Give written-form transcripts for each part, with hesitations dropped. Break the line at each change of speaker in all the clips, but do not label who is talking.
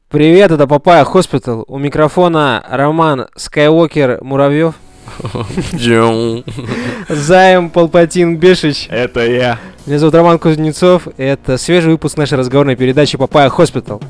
Привет, это Папайя Хоспитал. У микрофона Роман Скайуокер Муравьев. Займ Палпатин Бешич.
Это я.
Меня зовут Роман Кузнецов. Это свежий выпуск нашей разговорной передачи Папайя Хоспитал.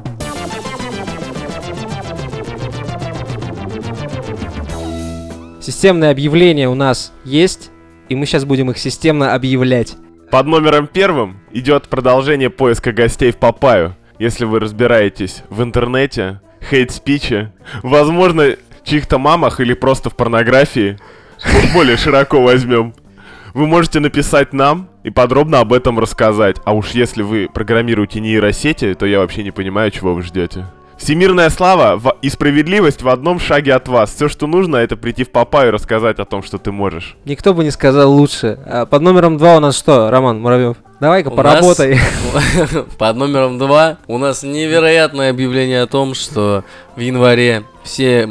Системные объявления у нас есть, и мы сейчас будем их системно объявлять.
Под номером 1 идет продолжение поиска гостей в Папайю. Если вы разбираетесь в интернете, хейт-спиче, возможно, чьих-то мамах или просто в порнографии, более широко возьмем, вы можете написать нам и подробно об этом рассказать. А уж если вы программируете нейросети, то я вообще не понимаю, чего вы ждете. Всемирная слава и справедливость в одном шаге от вас. Все, что нужно, это прийти в Папайю и рассказать о том, что ты можешь.
Никто бы не сказал лучше. А под номером 2 у нас что, Роман Муравьев? Давай-ка поработай.
Под номером 2 у нас невероятное объявление о том, что в январе всем,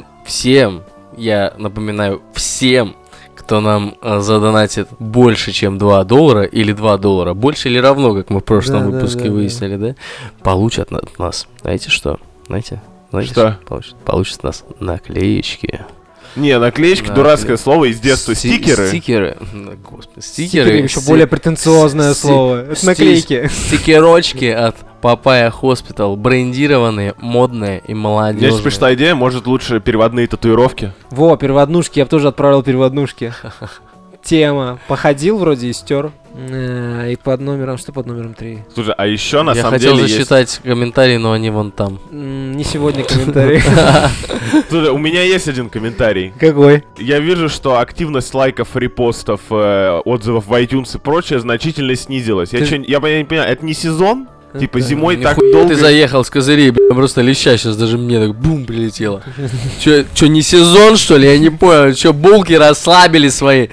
я напоминаю, всем, кто нам задонатит больше, чем $2 или $2, больше или равно, как мы в прошлом выпуске выяснили, да, получат от нас, знаете что? Знаете
что?
Получат от нас наклеечки.
Не, наклеечки, дурацкое слово из детства. Стикеры.
Стикеры. Господи,
Стикеры еще более претенциозное слово. Это наклейки.
Стикерочки от Папайя Хоспитал. Брендированные, модные и молодежные.
Есть пришла идея, может лучше переводные татуировки?
Во, переводнушки, я бы тоже отправил переводнушки. Тема. Походил вроде и стер. И под номером, что под номером 3?
Слушай, а еще на самом деле
я хотел зачитать комментарии, но они вон там.
Не сегодня комментарий.
Слушай, у меня есть один комментарий.
Какой?
Я вижу, что активность лайков, репостов, отзывов в iTunes и прочее значительно снизилась. Я не понимаю, это не сезон? Типа зимой так долго...
Ты заехал с козырей, просто леща сейчас даже мне так бум прилетело. Чё, не сезон, что ли? Я не понял. Чё, булки расслабили свои?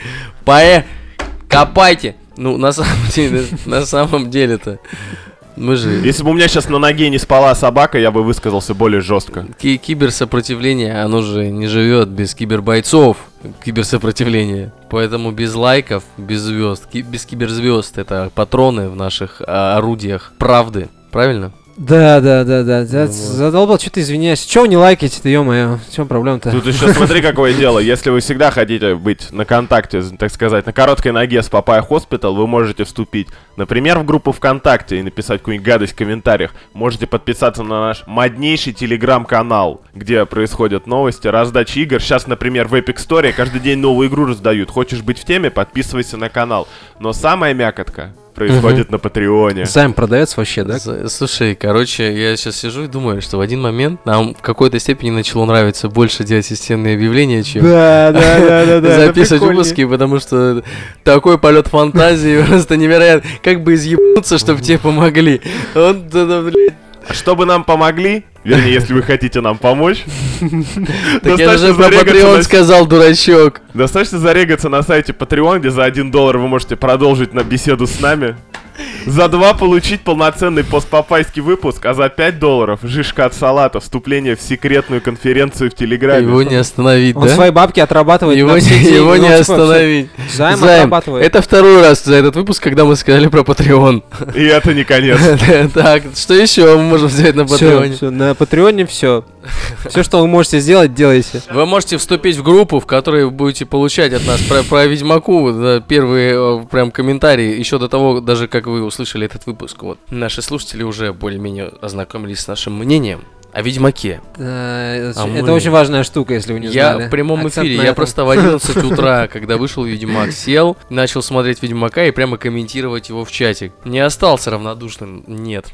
Копайте. Ну, на самом деле-то мы же...
Если бы у меня сейчас на ноге не спала собака, я бы высказался более жестко.
Киберсопротивление, оно же не живет без кибербойцов. Киберсопротивление. Поэтому без лайков, без звезд, без киберзвезд, это патроны в наших орудиях правды. Правильно?
Да. Задолбал, что ты извиняешься. Чего вы не лайкаете-то, ё-моё? В чем проблема-то?
Тут еще смотри, какое дело. Если вы всегда хотите быть на контакте, так сказать, на короткой ноге с Папайя Хоспитал, вы можете вступить, например, в группу ВКонтакте и написать какую-нибудь гадость в комментариях. Можете подписаться на наш моднейший телеграм-канал, где происходят новости, раздача игр. Сейчас, например, в Epic Store каждый день новую игру раздают. Хочешь быть в теме, подписывайся на канал. Но самая мякотка происходит на Патреоне.
Сайм продается вообще, да?
Слушай, короче, я сейчас сижу и думаю, что в один момент нам в какой-то степени начало нравиться больше делать системные объявления, чем записывать выпуски, потому что такой полет фантазии просто невероятно. Как бы изъебнуться, чтобы тебе помогли.
Чтобы нам помогли, вернее, если вы хотите нам помочь,
так я же про Patreon сказал, дурачок.
Достаточно зарегаться на сайте Patreon, где за $1 вы можете продолжить на беседу с нами. За 2 получить полноценный постпапайский выпуск, а за $5 жишка от салата, вступление в секретную конференцию в Телеграме.
Его не остановить,
Он свои бабки отрабатывает
его
на все деньги.
Его не остановить.
Займ отрабатывает.
Это второй раз за этот выпуск, когда мы сказали про Patreon.
И это не конец.
Так, что еще мы можем сделать на Patreon?
Все, на Патреоне все. Все, что вы можете сделать, делайте.
Вы можете вступить в группу, в которой вы будете получать от нас про Ведьмаку первые прям комментарии, еще до того, даже как вы услышали этот выпуск. Вот. Наши слушатели уже более-менее ознакомились с нашим мнением о Ведьмаке.
Это очень важная штука, если вы не знали.
Я в прямом эфире, я просто в 11 утра, когда вышел Ведьмак, сел, начал смотреть Ведьмака и прямо комментировать его в чатик. Не остался равнодушным, нет.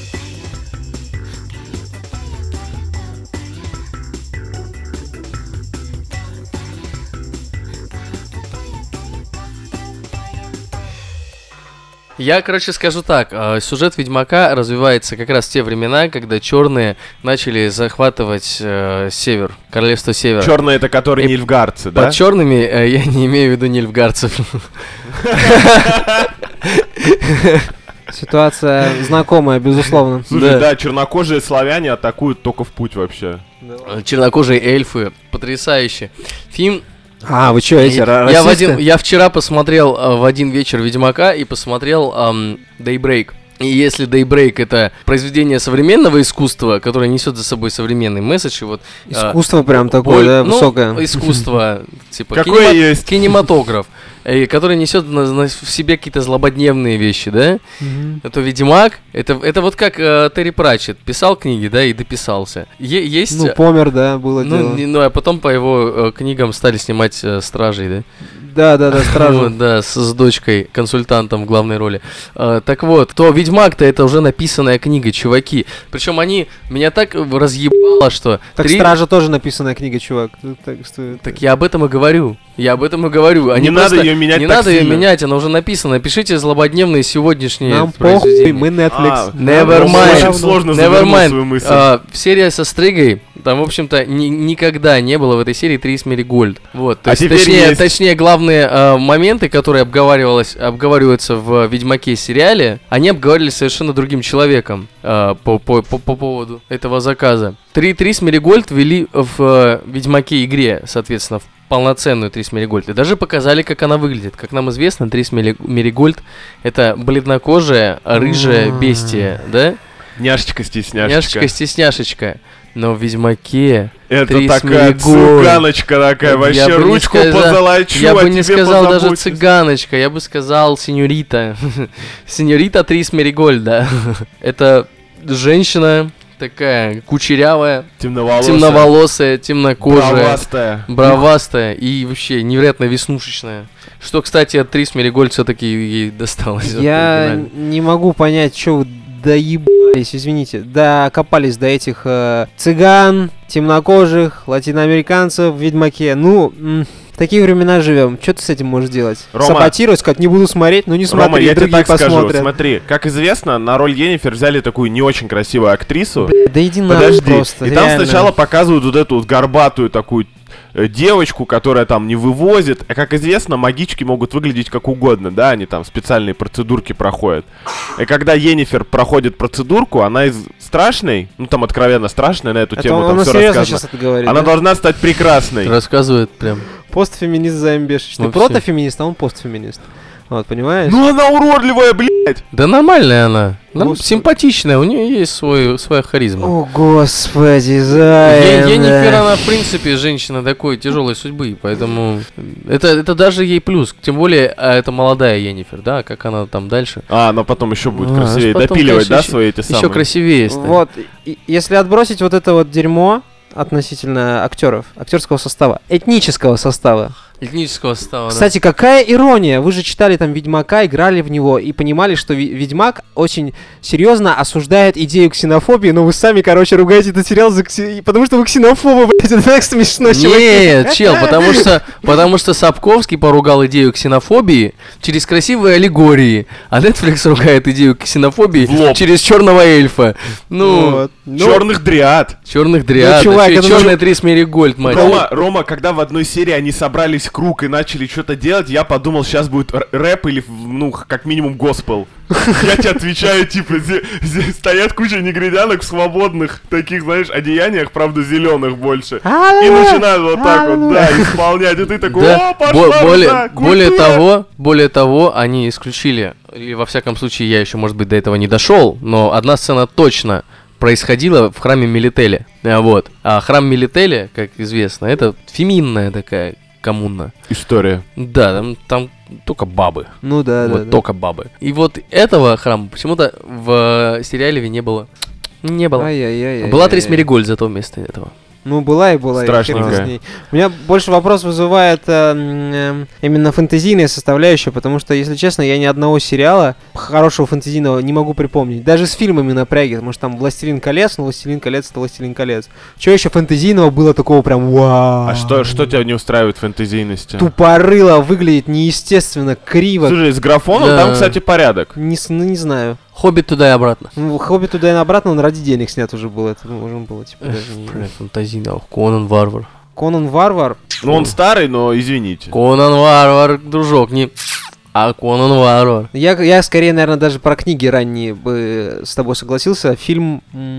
Я, скажу так, сюжет Ведьмака развивается как раз в те времена, когда черные начали захватывать север, королевство севера.
Черные это которые нильфгардцы, да?
Под черными я не имею в виду нильфгардцев.
Ситуация знакомая, безусловно.
Слушай, да, чернокожие славяне атакуют только в путь вообще.
Чернокожие эльфы, потрясающе. Фильм
А, вы что, эти расисты?
Я вчера посмотрел в один вечер Ведьмака и посмотрел Daybreak. И если Daybreak — это произведение современного искусства, которое несет за собой современный месседж, и вот...
Искусство прям такое, да, высокое.
Искусство, типа
Какое есть?
кинематограф, который несет в себе какие-то злободневные вещи, да? То Ведьмак, это вот как Терри Пратчетт писал книги, да, и дописался. Есть...
Ну, помер, да, было дело.
А потом по его книгам стали снимать «Стражей», да?
Да, Стражу.
Вот, да, с дочкой, консультантом в главной роли. Так вот, то Ведьмак-то это уже написанная книга, чуваки. Причем они меня так разъебало, что...
Так Стража тоже написанная книга, чувак.
Так я об этом и говорю.
Не надо ее менять.
Не надо ее менять, она уже написана. Пишите злободневные сегодняшние
нам
произведения.
Мы Netflix.
Never mind.
Очень сложно
Never
завернуть свою мысль.
mind. Серия со Стригой, там, в общем-то, никогда не было в этой серии Трис Меригольд. Вот, то есть, точнее, главные моменты, которые обговариваются в Ведьмаке сериале, они обговаривались совершенно другим человеком по поводу этого заказа. Трис Меригольд ввели в Ведьмаке игре, соответственно, в полноценную Трис Меригольд. И даже показали, как она выглядит. Как нам известно, Трис Меригольд — это бледнокожая, рыжая бестия, да?
Няшечка-стесняшечка.
Но в Ведьмаке
это
Трис
такая
Меригольд.
цыганочка такая, вообще ручку позолочу,
я бы не сказал даже цыганочка, я бы сказал сеньорита. Сеньорита Трис Меригольд, да. Это женщина такая кучерявая, темноволосая, темнокожая, бровастая и вообще невероятно веснушечная. Что, кстати, от Трис Меригольд все-таки ей досталось.
Я не могу понять, что вы доебались, извините, докопались до этих цыган, темнокожих, латиноамериканцев в Ведьмаке. Ну, в такие времена живем. Что ты с этим можешь делать?
Рома,
саботировать, сказать, не буду смотреть, ну не смотри,
Рома, я тебе так
посмотрят.
скажу, смотри, как известно, на роль Йеннифер взяли такую не очень красивую актрису.
Бля, да иди нахуй просто,
и
реально.
там сначала показывают вот эту вот горбатую такую девочку, которая там не вывозит. А как известно, магички могут выглядеть как угодно, да, они там специальные процедурки проходят. И когда Йеннифер проходит процедурку, она из страшной, ну там откровенно страшная, на эту тему там все рассказано.
Сейчас это говорит,
она
да?
должна стать прекрасной.
Рассказывает прям.
Постфеминист заимбешечный. Ты протофеминист, а он постфеминист. Вот, понимаешь?
Ну она уродливая, блядь!
Да нормальная она.
Господи.
Симпатичная, у нее есть своя харизма.
О, господи, Займ,
Йеннифер, она, в принципе, женщина такой тяжелой судьбы, поэтому это даже ей плюс. Тем более, это молодая Йеннифер, да, как она там дальше.
Но потом еще будет красивее.
Потом,
Допиливать,
конечно,
да, свои эти самые?
Еще красивее стать.
Вот, если отбросить вот это вот дерьмо относительно актерского состава, этнического состава.
Этнического состава,
Кстати, какая ирония! Вы же читали там Ведьмака, играли в него и понимали, что Ведьмак очень серьезно осуждает идею ксенофобии, но вы сами, короче, ругаете этот сериал потому что вы ксенофобы, блядь, это так смешно, чуваки.
Нет, чел, потому что Сапковский поругал идею ксенофобии через красивые аллегории, а Netflix ругает идею ксенофобии через черного эльфа. Ну,
черных дриад.
Черных дриад.
чувак,
черная Трис Меригольд, мать.
Рома, когда в одной серии они собрались в круг и начали что-то делать, я подумал, сейчас будет рэп или, ну, как минимум, госпел. Я тебе отвечаю, типа, здесь стоят куча негритянок в свободных таких, знаешь, одеяниях, правда, зеленых больше. И начинают вот так вот, да, исполнять. И ты такой, о, пошла,
более того, они исключили, или во всяком случае, я еще, может быть, до этого не дошел, но одна сцена точно происходило в храме Мелителе. Вот. А храм Мелителе, как известно, это феминная такая коммуна.
История.
Да, там только бабы.
Ну да,
вот,
да.
только бабы. И вот этого храма почему-то в сериале не было. Не было. Была Трис Меригольд зато вместо этого.
Ну, была и была.
Страшненькая.
У меня больше вопрос вызывает именно фэнтезийная составляющая, потому что, если честно, я ни одного сериала хорошего фэнтезийного не могу припомнить. Даже с фильмами напряги, потому что там «Властелин колец», но «Властелин колец» — это «Властелин колец». Чего еще фэнтезийного было такого прям вау?
А что тебя не устраивает в фэнтезийности?
Тупорыло, выглядит неестественно, криво.
Слушай, с графоном там, кстати, порядок.
Не знаю.
«Хоббит» туда и обратно.
Ну, «Хоббит» туда и обратно, он ради денег снят уже был. Это можно было, типа, даже не...
Фантазийно. Конан Варвар.
Конан Варвар?
Ну, он старый, но извините.
Конан Варвар, дружок, не... А Конан Варвар.
Я скорее, наверное, даже про книги ранние бы с тобой согласился. Фильм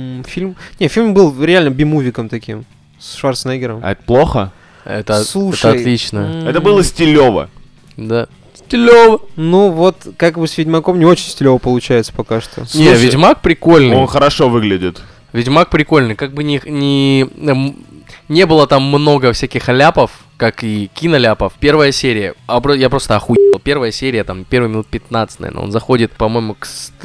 был реально би-мувиком таким. С Шварценеггером.
А это плохо?
Это
Слушай,
отлично.
Это было стилево.
Да. Стилёво.
Ну, вот, как бы с Ведьмаком не очень стилево получается пока что.
Не,
Слушай,
Ведьмак прикольный.
Он хорошо выглядит.
Ведьмак прикольный. Как бы не было там много всяких ляпов, как и киноляпов. Первая серия. Я просто охуел. Первая серия, там, первые минут 15, наверное. Он заходит, по-моему,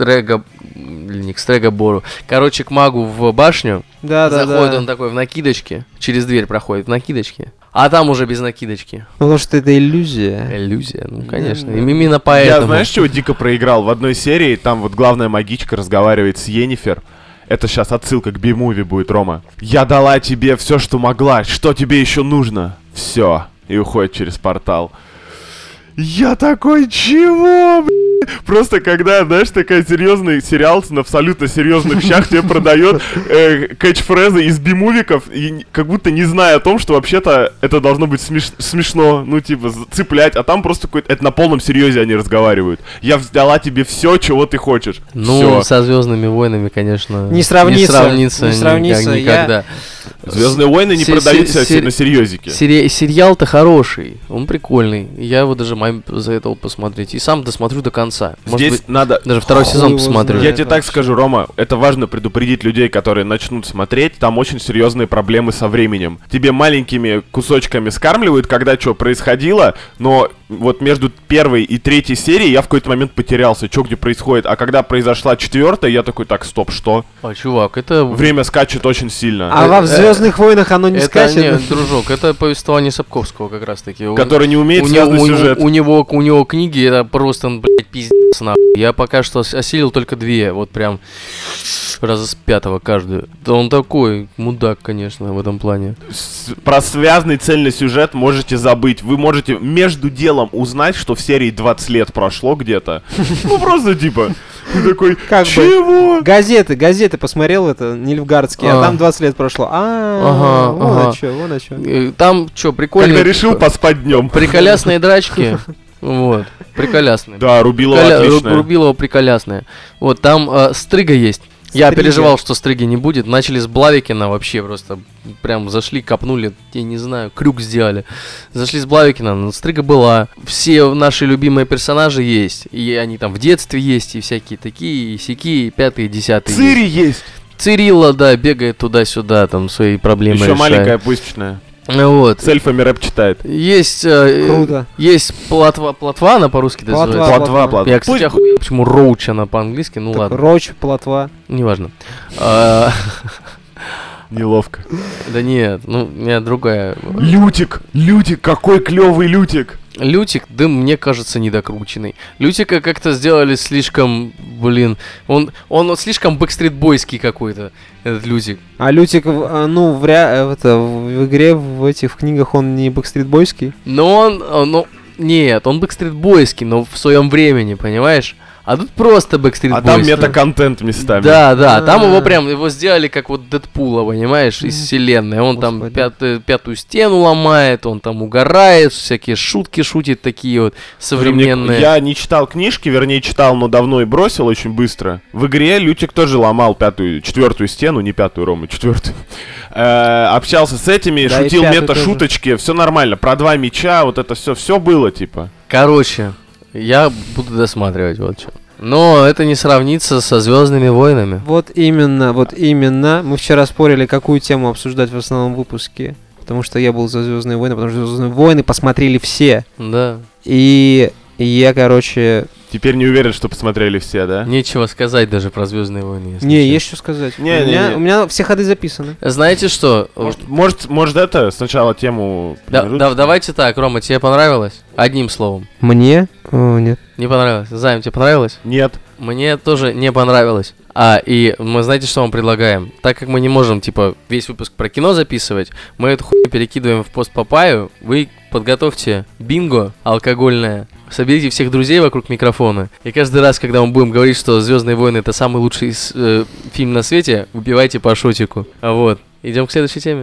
или не к Стрегобору. Короче, к магу в башню.
Да.
Заходит он такой в накидочке. Через дверь проходит в накидочке. А там уже без накидочки.
Потому что это иллюзия.
Иллюзия, ну, конечно.
Да.
Именно поэтому.
Я, знаешь, чего дико проиграл? В одной серии там вот главная магичка разговаривает с Йеннифер. Это сейчас отсылка к би-муви будет, Рома. Я дала тебе все, что могла. Что тебе еще нужно? Все. И уходит через портал. Я такой, чего, блядь? Просто когда, знаешь, такой серьезный сериал на абсолютно серьезных щах тебе продает кэтчфрезы из би-мувиков, и как будто не зная о том, что вообще-то это должно быть смешно, ну, типа, цеплять, а там просто какой-то, это на полном серьезе они разговаривают. Я дала тебе все, чего ты хочешь.
Ну,
Всё.
со Звездными войнами, конечно,
Не сравнится. Не сравнится,
никогда.
Звездные войны не продаются на серьезике.
Сериал-то хороший, он прикольный. Я его даже маме заветовал посмотреть. И сам досмотрю до конца. Может
Здесь
быть,
надо...
даже второй
Хуй
сезон
его
посмотрю.
знает.
Я тебе так
вообще.
скажу, Рома, это важно предупредить людей, которые начнут смотреть, там очень серьезные проблемы со временем. Тебе маленькими кусочками скармливают, когда что происходило, но вот между первой и третьей серией я в какой-то момент потерялся, что где происходит. А когда произошла четвертая, я такой, так, стоп, что?
А, чувак, это...
Время скачет очень сильно.
А во Звездных войнах оно не
это
скачет.
нет, дружок, это повествование Сапковского как раз таки.
Который не умеет связанный сюжет.
У него книги, это просто, блядь, пиздец нахуй. Я пока что осилил только 2, вот прям раза с 5-го каждую. Да он такой мудак, конечно, в этом плане.
Про связанный цельный сюжет можете забыть. Вы можете между делом узнать, что в серии 20 лет прошло где-то. Ну просто типа... Ты такой,
Как бы.
чего?
Газеты посмотрел, это Нильфгардские, а там 20 лет прошло.
Ага,
Вон
ага.
о чё, вон о чё.
Там, чё, прикольно.
Когда решил поспать днем.
Приколясные драчки. Вот, приколясные.
Да, Рубилова отличная.
Рубилова приколясная. Вот, там Стрыга есть. Я
Стрига.
переживал, что Стриги не будет. Начали с Блавикина вообще просто. Прям зашли, копнули, я не знаю, крюк сделали. Зашли с Блавикина, но Стрига была. Все наши любимые персонажи есть. И они там в детстве есть, и всякие такие, и сякие, и 5-е, 10-е.
Цири есть.
Цирилла, да, бегает туда-сюда, там свои проблемы
Еще
решает.
маленькая пустячная.
Вот.
С эльфами рэп читает.
Есть,
Круто.
есть плотва, она по-русски
Плотва.
называется.
Плотва.
Я, кстати, охуел, почему Роуч она по-английски, ну
Так,
ладно,
Роч, плотва.
неважно.
Неловко.
Да нет, ну, у меня другая.
Лютик, какой клевый Лютик.
Лютик, да, мне кажется, недокрученный. Лютика как-то сделали слишком, он слишком бэкстритбойский какой-то, этот Лютик.
А Лютик, ну, в игре, в книгах он не бэкстритбойский.
Нет, он бэкстритбойский, но в своем времени, понимаешь? А тут просто Backstreet Boys.
А там мета-контент местами.
Да, там его сделали как вот Дэдпула, понимаешь, из вселенной. Он
Господи.
там пятую стену ломает, он там угорает, всякие шутки шутит такие вот современные.
Я не читал книжки, вернее читал, но давно и бросил очень быстро. В игре Лютик тоже ломал четвертую стену, не пятую, Рома, четвертую. Общался с этими,
Да, и
шутил
пятую
мета-шуточки, все нормально. Про 2 меча, вот это все было, типа.
Короче, я буду досматривать, вот что. Но это не сравнится со Звездными войнами.
Вот именно. Мы вчера спорили, какую тему обсуждать в основном выпуске. Потому что я был за Звездные войны, потому что Звездные войны посмотрели все.
Да.
И я, короче...
Теперь не уверен, что посмотрели все, да?
Нечего сказать даже про Звездные войны. если
Не,
честно.
есть что сказать.
Не.
У меня все ходы записаны.
Знаете что?
Может это сначала тему...
Давайте так, Рома, тебе понравилось? Одним словом.
Мне? Нет.
Не понравилось. Займ, тебе понравилось?
Нет.
Мне тоже не понравилось. И мы, знаете, что вам предлагаем? Так как мы не можем, весь выпуск про кино записывать, мы эту хуйню перекидываем в пост Папаю. Вы подготовьте бинго алкогольное. Соберите всех друзей вокруг микрофона. И каждый раз, когда мы будем говорить, что «Звездные войны» — это самый лучший фильм на свете, выпивайте по шотику. Вот. Идем к следующей теме.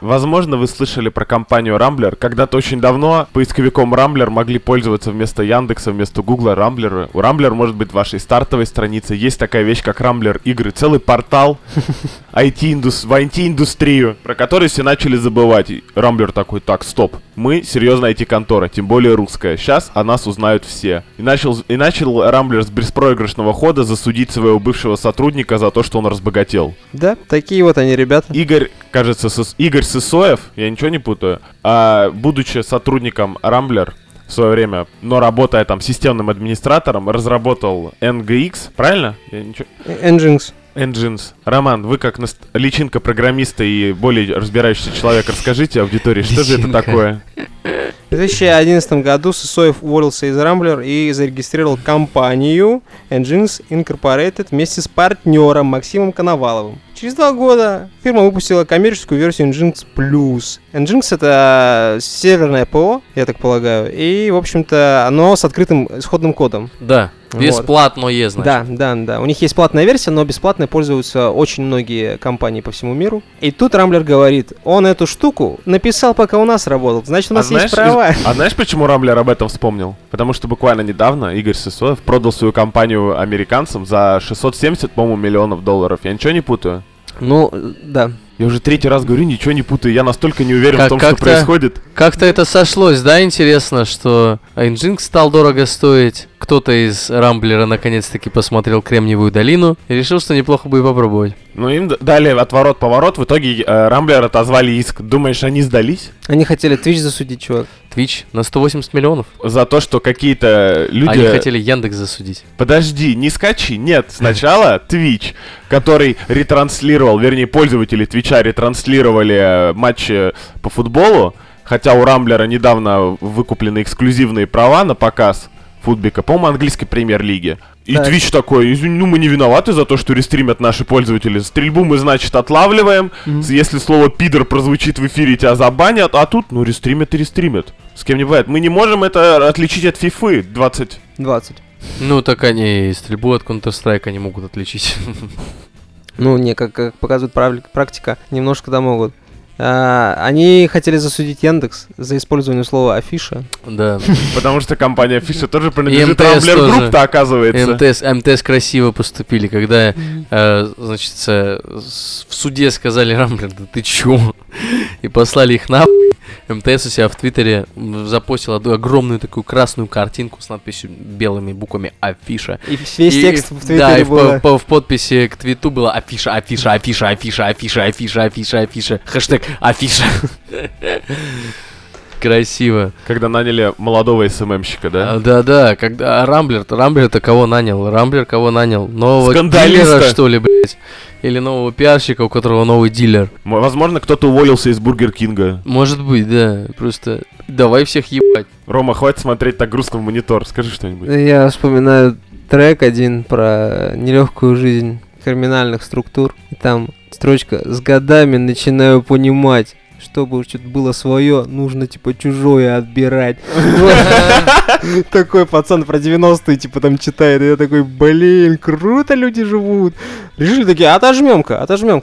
Возможно, вы слышали про компанию Rambler. Когда-то очень давно поисковиком Rambler могли пользоваться вместо Яндекса, вместо Гугла Rambler. У Rambler может быть вашей стартовой странице. Есть такая вещь, как Rambler игры. Целый портал в IT-индустрию, про который все начали забывать. И Rambler такой: так, стоп. Мы серьезная IT-контора, тем более русская. Сейчас о нас узнают все. И начал Rambler с беспроигрышного хода засудить своего бывшего сотрудника за то, что он разбогател.
Да, такие вот они, ребята.
Игорь, кажется, Игорь Сысоев, я ничего не путаю, будучи сотрудником Rambler в свое время, но работая там системным администратором, разработал NGX, правильно? Nginx. Роман, вы как личинка программиста и более разбирающийся человек, расскажите аудитории, что же это такое?
В 2011 году Сысоев уволился из Rambler и зарегистрировал компанию Nginx Incorporated вместе с партнером Максимом Коноваловым. Через 2 года фирма выпустила коммерческую версию Nginx Plus. Nginx — это серверное ПО, я так полагаю, и, в общем-то, оно с открытым исходным кодом.
Да, бесплатно есть, значит.
Да. У них есть платная версия, но бесплатной пользуются очень многие компании по всему миру. И тут Rambler говорит: он эту штуку написал, пока у нас работал, значит, у нас есть права.
А знаешь, почему Rambler об этом вспомнил? Потому что буквально недавно Игорь Сысоев продал свою компанию американцам за 670, по-моему, миллионов долларов. Я ничего не путаю?
Ну, да.
Я уже 3-й раз говорю, ничего не путаю. Я настолько не уверен в том, что происходит.
Как-то это сошлось, да, интересно, что Nginx стал дорого стоить. Кто-то из Рамблера наконец-таки посмотрел Кремниевую долину и решил, что неплохо бы и попробовать.
Ну, им дали отворот-поворот. В итоге Рамблер отозвали иск. Думаешь, они сдались?
Они хотели Twitch засудить, чувак.
Twitch на 180 миллионов.
За то, что какие-то люди...
Они хотели Яндекс засудить.
Подожди, не скачи. Нет, сначала Twitch, который ретранслировал, вернее, пользователи Твича ретранслировали матчи по футболу, хотя у Рамблера недавно выкуплены эксклюзивные права на показ футбика, по-моему, английской премьер-лиги. И Twitch такой: извини, ну мы не виноваты за то, что рестримят наши пользователи. Стрельбу мы, значит, отлавливаем. Если слово «пидор» прозвучит в эфире, тебя забанят. А тут, ну, рестримят и рестримят. С кем не бывает. Мы не можем это отличить от FIFA 20.
Ну, так они стрельбу от Counter-Strike не могут отличить.
Ну, не, как показывает практика, немножко могут. Они хотели засудить Яндекс за использование слова афиша.
Да.
Потому что компания Афиша тоже принадлежит Рамблер Групп-то, оказывается.
МТС красиво поступили, когда, значит, в суде сказали: Рамблер, да ты чё? И послали их нахуй. МТС у себя в Твиттере запостил огромную такую красную картинку с надписью белыми буквами «Афиша».
И весь текст в Твиттере был.
Да, и в подписи к твиту было «Афиша». Хэштег «Афиша». Красиво.
Когда наняли молодого СММщика, да?
Да, когда Рамблер-то кого нанял? Рамблер кого нанял? Нового
скандалиста,
дилера, что ли, блядь? Или нового пиарщика, у которого новый дилер?
Возможно, кто-то уволился из Бургер Кинга.
Может быть, да. Просто давай всех ебать.
Рома, хватит смотреть так грустно в монитор. Скажи что-нибудь.
Я вспоминаю трек один про нелегкую жизнь криминальных структур. И там строчка: с годами начинаю понимать, чтобы что-то было свое, нужно, типа, чужое отбирать. Такой пацан про 90-е, типа, там читает, и я такой: блин, круто люди живут. Решили такие: отожмем-ка.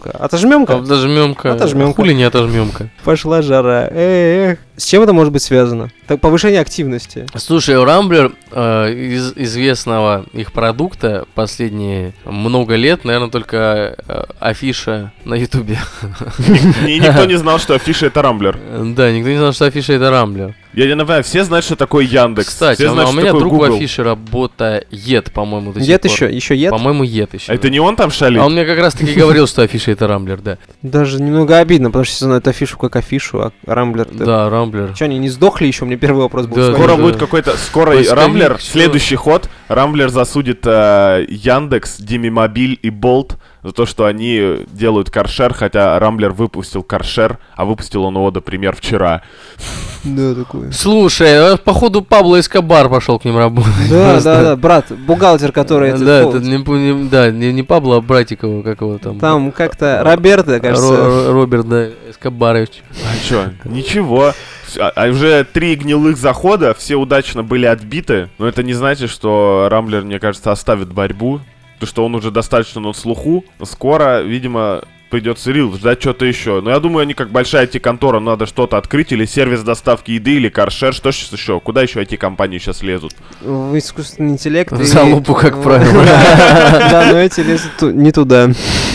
Хули не отожмем-ка.
Пошла жара. Эх. С чем это может быть связано? Так, повышение активности.
Слушай, у Рамблер из известного их продукта последние много лет, наверное, только афиша на Ютубе.
Никто не знал, что афиша — это Рамблер.
Да, никто не знал, что афиша — это Рамблер.
Я не знаю, все знают, что такое Яндекс.
Кстати, у меня друг в афише работает, по-моему, до сих
Ед
пор.
еще ед?
По-моему, ед еще.
Это не он там шалит?
А он мне как раз таки говорил, что афиша — это Рамблер, да.
Даже немного обидно, потому что все знают афишу как афишу, а Рамблер...
Да, Рамблер.
Че, они не сдохли еще? У меня первый вопрос был.
Да,
скоро будет какой-то... Скоро Рамблер, следующий ход, Рамблер засудит Яндекс, Димимобиль и Болт за то, что они делают каршер, хотя Рамблер выпустил каршер, а выпустил он его, например, вчера.
Да, такое.
Слушай, походу Пабло Эскобар пошел к ним работать.
Да, брат, бухгалтер, который...
Да, это не Пабло, а братик его, как его там.
Там как-то Роберто, кажется.
Роберт, да, Эскобарович.
А чё, ничего. А уже 3 гнилых захода, все удачно были отбиты. Но это не значит, что Рамблер, мне кажется, оставит борьбу. Потому что он уже достаточно на слуху. Скоро, видимо, придется рил, ждать что-то еще. Но я думаю, они как большая IT-контора, надо что-то открыть, или сервис доставки еды, или каршер, что сейчас еще? Куда еще IT-компании сейчас лезут?
В искусственный интеллект.
В залупу, как правило.
Да, но эти лезут не туда.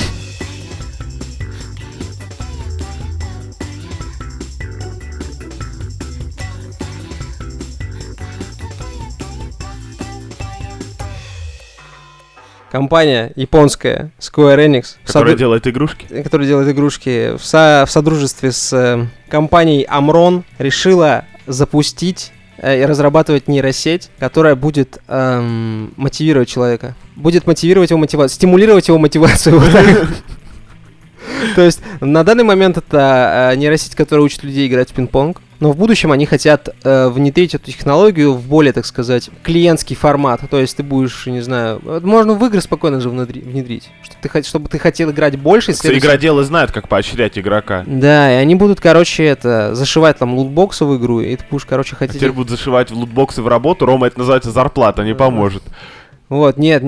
Компания японская Square Enix,
Которая делает игрушки?
которая делает игрушки, в содружестве с компанией Amron решила запустить и разрабатывать нейросеть, которая будет мотивировать человека. Будет мотивировать его мотивацию, стимулировать его мотивацию. Вот так. То есть на данный момент это нейросеть, которая учит людей играть в пинг-понг. Но в будущем они хотят внедрить эту технологию в более, так сказать, клиентский формат. То есть ты будешь, не знаю, можно в игры спокойно же внедрить. Чтобы ты хотел играть больше.
Игроделы знают, как поощрять игрока.
Да, и они будут, короче, зашивать там лутбоксы в игру, и ты будешь, короче, хотеть...
Теперь будут зашивать лутбоксы в работу, Рома, это называется зарплата, не поможет.
Вот, нет.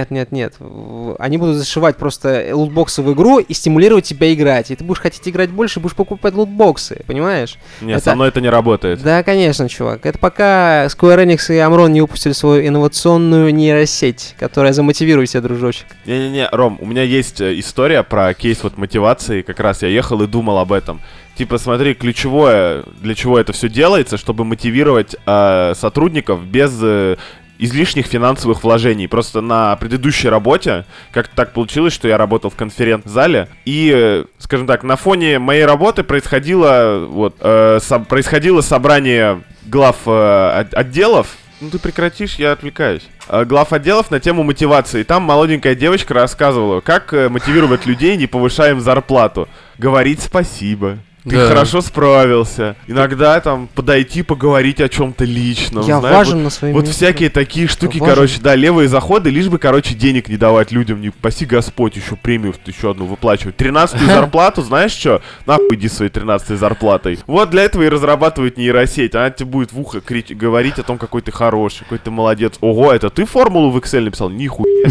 Они будут зашивать просто лутбоксы в игру и стимулировать тебя играть. И ты будешь хотеть играть больше, будешь покупать лутбоксы, понимаешь?
Нет, со мной это не работает.
Да, конечно, чувак. Это пока Square Enix и Amron не выпустили свою инновационную нейросеть, которая замотивирует тебя, дружочек.
Не-не-не, Ром, у меня есть история про кейс вот мотивации. Как раз я ехал и думал об этом. Типа, смотри, ключевое, для чего это все делается, чтобы мотивировать сотрудников без... излишних финансовых вложений. Просто на предыдущей работе как-то так получилось, что я работал в конференц-зале, и, скажем так, на фоне моей работы происходило собрание глав отделов. Ну ты прекратишь, я отвлекаюсь. Глав отделов на тему мотивации. Там молоденькая девочка рассказывала, как мотивировать людей, не повышая им зарплату. Говорить спасибо. Ты хорошо справился. Иногда там подойти, поговорить о чем-то личном.
Я важен на своем месте.
Вот всякие такие штуки, короче, да, левые заходы, лишь бы, короче, денег не давать людям. Не паси Господь, еще премию еще одну выплачивать. 13-ю зарплату, знаешь что? Нахуй иди своей 13-й зарплатой. Вот для этого и разрабатывают нейросеть. Она тебе будет в ухо говорить о том, какой ты хороший, какой ты молодец. Ого, это ты формулу в Excel написал? Нихуя.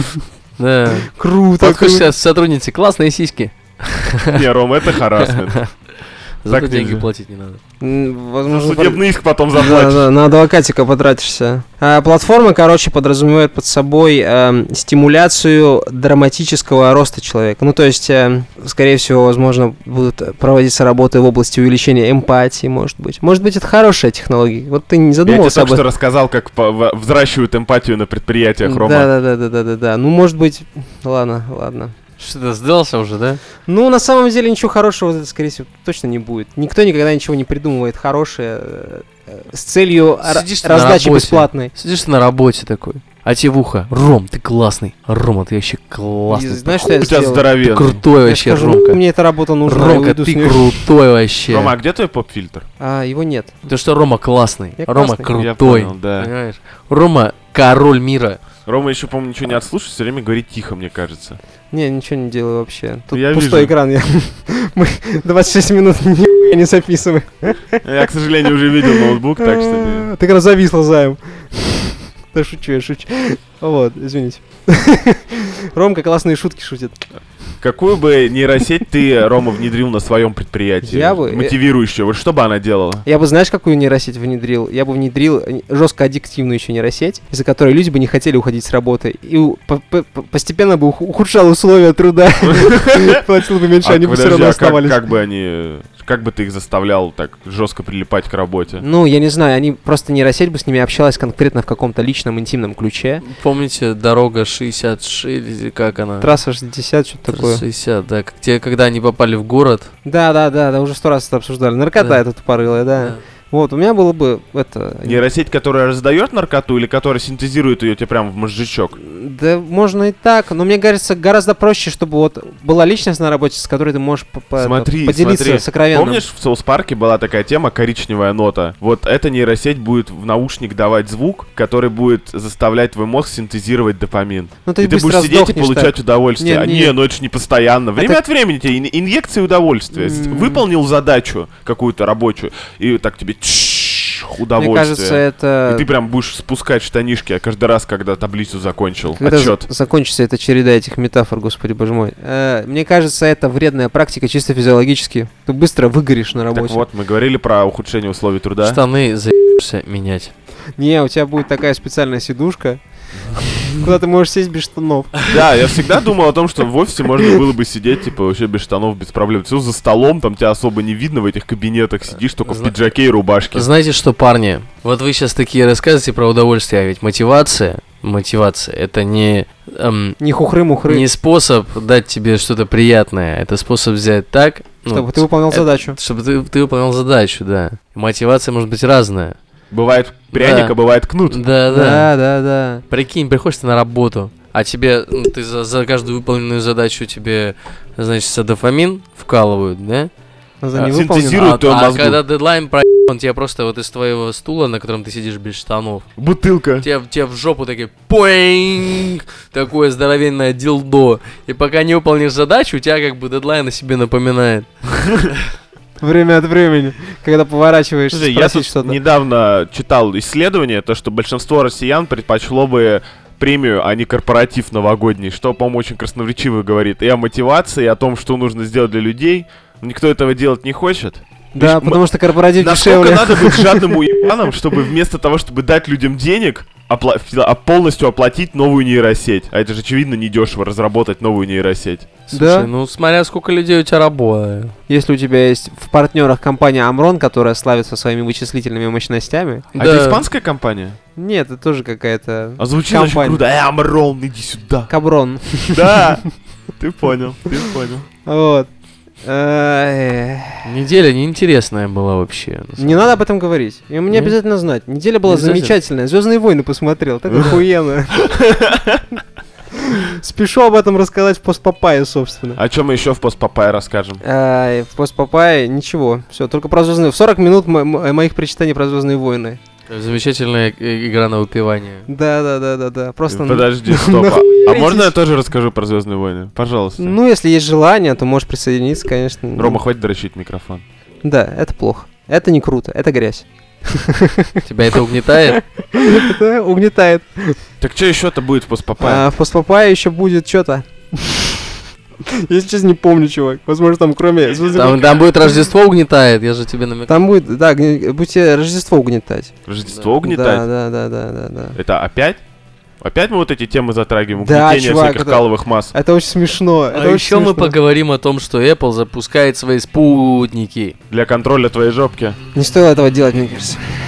Да.
Круто.
Вот сейчас сотрудницы, классные сиськи.
Не, Ром, это харассмент.
Зато деньги платить не надо.
Возможно,
судебный иск потом заплатишь.
Да, на адвокатика потратишься. Платформа, короче, подразумевает под собой стимуляцию драматического роста человека. Ну, то есть, скорее всего, возможно, будут проводиться работы в области увеличения эмпатии, может быть. Может быть, это хорошая технология. Вот ты не задумывался об этом?
Я тебе только что рассказал, как взращивают эмпатию на предприятиях, Рома.
Да. Ну, может быть... Ладно.
Что-то сдался уже, да?
Ну, на самом деле, ничего хорошего, скорее всего, точно не будет. Никто никогда ничего не придумывает хорошее с целью раздачи бесплатной.
Сидишь ты на работе такой, а тебе в ухо: Ром, ты классный. Рома, ты вообще классный.
Знаешь, что я
у тебя
сделал?
здоровенный.
Ты крутой вообще, Ромка.
Мне эта работа нужна.
Ромка, ты крутой вообще.
Рома, а где твой поп-фильтр?
Его нет.
Ты что, Рома классный.
Я
Рома
классный.
крутой.
Я понял, да.
Понимаешь? Рома король мира.
Рома еще, по-моему, ничего не отслушает, все время говорит тихо, мне кажется.
Не, ничего не делаю вообще. Тут
Я
пустой
вижу.
экран. Мы 26 минут не записываем.
Я, к сожалению, уже видел ноутбук, так что...
Ты когда зависла, Займ. Да шучу. Вот, извините. Ромка классные шутки шутит.
Какую бы нейросеть ты, Рома, внедрил на своем предприятии?
Я бы...
Мотивирующую. Вот что бы она делала?
Я бы, знаешь, какую нейросеть внедрил? Я бы внедрил жестко аддиктивную еще нейросеть, из-за которой люди бы не хотели уходить с работы. И постепенно бы ухудшал условия труда. Платил бы меньше, они бы все равно оставались.
Как бы ты их заставлял так жестко прилипать к работе?
Ну, я не знаю, они просто нейросеть бы с ними общалась конкретно в каком-то личном, интимном ключе.
Помните, дорога 66, или как она?
Трасса 60, что-то такое.
60, да. Когда они попали в город.
Да, уже 100 раз это обсуждали. Наркота эта тупорылая, да. Вот, у меня было бы это...
Нейросеть, которая раздает наркоту или которая синтезирует ее тебе прямо в мозжечок?
Да, можно и так, но мне кажется, гораздо проще, чтобы вот была личность на работе, с которой ты можешь поделиться сокровенным.
Помнишь, в Соус Парке была такая тема «коричневая нота»? Вот эта нейросеть будет в наушник давать звук, который будет заставлять твой мозг синтезировать допамин.
Ну,
и ты будешь сидеть и получать удовольствие. Ну это же не постоянно. Время от времени тебе инъекции удовольствия. Выполнил задачу какую-то рабочую, и так тебе удовольствие.
Мне кажется, это...
И ты прям будешь спускать штанишки каждый раз, когда таблицу закончил.
Когда
Отчет.
закончится эта череда этих метафор, господи боже мой. Мне кажется, это вредная практика чисто физиологически. Ты быстро выгоришь на работе.
Так вот, мы говорили про ухудшение условий труда.
Штаны заебешься менять.
Не, у тебя будет такая специальная сидушка, куда ты можешь сесть без штанов.
Да, я всегда думал о том, что в офисе можно было бы сидеть, типа, вообще без штанов, без проблем. Ты за столом, там тебя особо не видно в этих кабинетах, сидишь только в пиджаке и рубашке.
Знаете что, парни? Вот вы сейчас такие рассказываете про удовольствие, а ведь мотивация это не...
Не хухры-мухры,
не способ дать тебе что-то приятное, это способ взять так...
чтобы ты выполнял задачу.
Чтобы ты выполнял задачу, да. Мотивация может быть разная.
Бывает пряник,
Да.
а бывает кнут.
Да.
Прикинь, приходишь ты на работу, а тебе, ты за каждую выполненную задачу тебе, значит, дофамин вкалывают, да?
За
А,
невыполненную.
синтезируют в твоем мозгу.
когда дедлайн он тебе просто вот из твоего стула, на котором ты сидишь без штанов,
Бутылка.
тебе в жопу такие поинг, такое здоровенное дилдо. И пока не выполнишь задачу, у тебя как бы дедлайн о себе напоминает.
Время от времени, когда поворачиваешься,
Слушай, я
спросить
тут
что-то.
недавно читал исследование, то, что большинство россиян предпочло бы премию, а не корпоратив новогодний, что, по-моему, очень красноречиво говорит и о мотивации, и о том, что нужно сделать для людей. Но никто этого делать не хочет.
Да,
Видишь,
потому что корпоратив
Насколько
дешевле.
надо быть жадным уебаном, чтобы вместо того, чтобы дать людям денег, полностью оплатить новую нейросеть. А это же, очевидно, недешево разработать новую нейросеть.
Слушай,
Да.
ну смотря сколько людей у тебя работает.
Если у тебя есть в партнерах компания Amron, которая славится своими вычислительными мощностями.
А это испанская компания?
Нет, это тоже какая-то
А звучит очень
компания.
круто. Амрон, иди сюда.
Каброн.
Да. Ты понял, ты понял.
Вот.
Неделя неинтересная была вообще. на самом
Не надо об этом говорить. И мне
Не?
обязательно знать. Неделя была
Не обязательно?
замечательная. Звездные войны посмотрел. Так охуенно. Спешу об этом рассказать в постпапае, собственно.
О чем мы еще в постпапае расскажем?
В постпапае ничего. Все, только про звездные. В 40 минут моих причитаний про Звездные войны.
деле. Замечательная игра на выпивание.
Да. Просто.
Подожди, стоп. А
нахуй
можно я
идите?
тоже расскажу про Звездные войны? Пожалуйста.
Ну, если есть желание, то можешь присоединиться, конечно.
Рома, хватит дрочить микрофон.
Да, это плохо. Это не круто, это грязь.
Тебя это угнетает?
Это угнетает.
Так что еще-то будет в постпапае?
В постпапае еще будет что-то. Я сейчас не помню, чувак. Возможно, там кроме «Звездных
Там будет Рождество угнетает, я же тебе намекаю.
Там будет, да, будете Рождество угнетать.
Рождество угнетать?
Да.
Это опять? Опять мы вот эти темы затрагиваем?
Да,
Угнетение
чувак,
всяких
это-
каловых масс.
Это очень смешно.
А еще мы поговорим о том, что Apple запускает свои спутники.
Для контроля твоей жопки.
Не стоило этого делать, мне кажется.